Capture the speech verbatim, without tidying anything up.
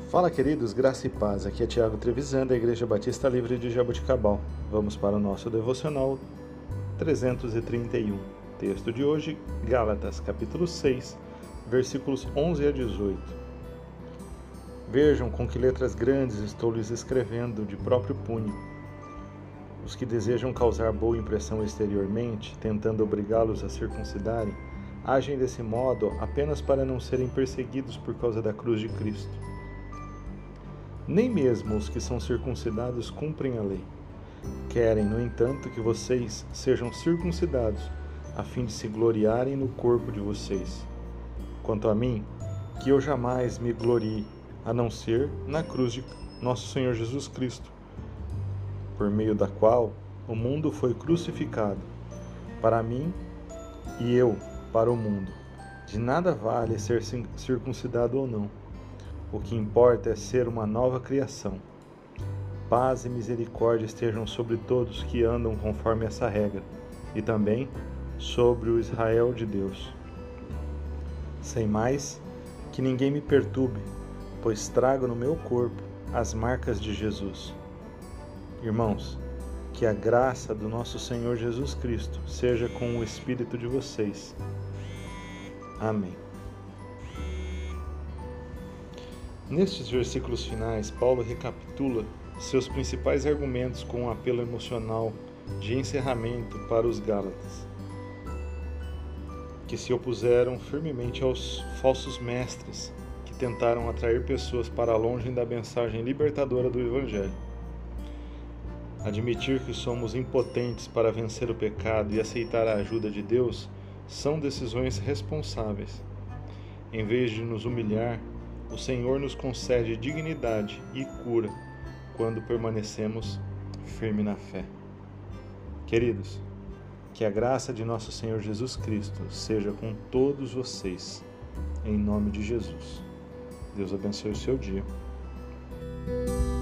Fala, queridos, graça e paz. Aqui é Tiago Trevisan, da Igreja Batista Livre de Jaboticabal. Vamos para o nosso devocional trezentos e trinta e um. Texto de hoje, Gálatas, capítulo seis, versículos onze a dezoito. Vejam com que letras grandes estou lhes escrevendo de próprio punho. Os que desejam causar boa impressão exteriormente, tentando obrigá-los a circuncidarem, agem desse modo apenas para não serem perseguidos por causa da cruz de Cristo. Nem mesmo os que são circuncidados cumprem a lei. Querem, no entanto, que vocês sejam circuncidados, a fim de se gloriarem no corpo de vocês. Quanto a mim, que eu jamais me glorie, a não ser na cruz de nosso Senhor Jesus Cristo, por meio da qual o mundo foi crucificado, para mim e eu para o mundo. De nada vale ser circuncidado ou não. O que importa é ser uma nova criação. Paz e misericórdia estejam sobre todos que andam conforme essa regra, e também sobre o Israel de Deus. Sem mais, que ninguém me perturbe, pois trago no meu corpo as marcas de Jesus. Irmãos, que a graça do nosso Senhor Jesus Cristo seja com o espírito de vocês. Amém. Nestes versículos finais, Paulo recapitula seus principais argumentos com um apelo emocional de encerramento para os Gálatas, que se opuseram firmemente aos falsos mestres que tentaram atrair pessoas para longe da mensagem libertadora do Evangelho. Admitir que somos impotentes para vencer o pecado e aceitar a ajuda de Deus são decisões responsáveis. Em vez de nos humilhar, o Senhor nos concede dignidade e cura quando permanecemos firmes na fé. Queridos, que a graça de nosso Senhor Jesus Cristo seja com todos vocês, em nome de Jesus. Deus abençoe o seu dia.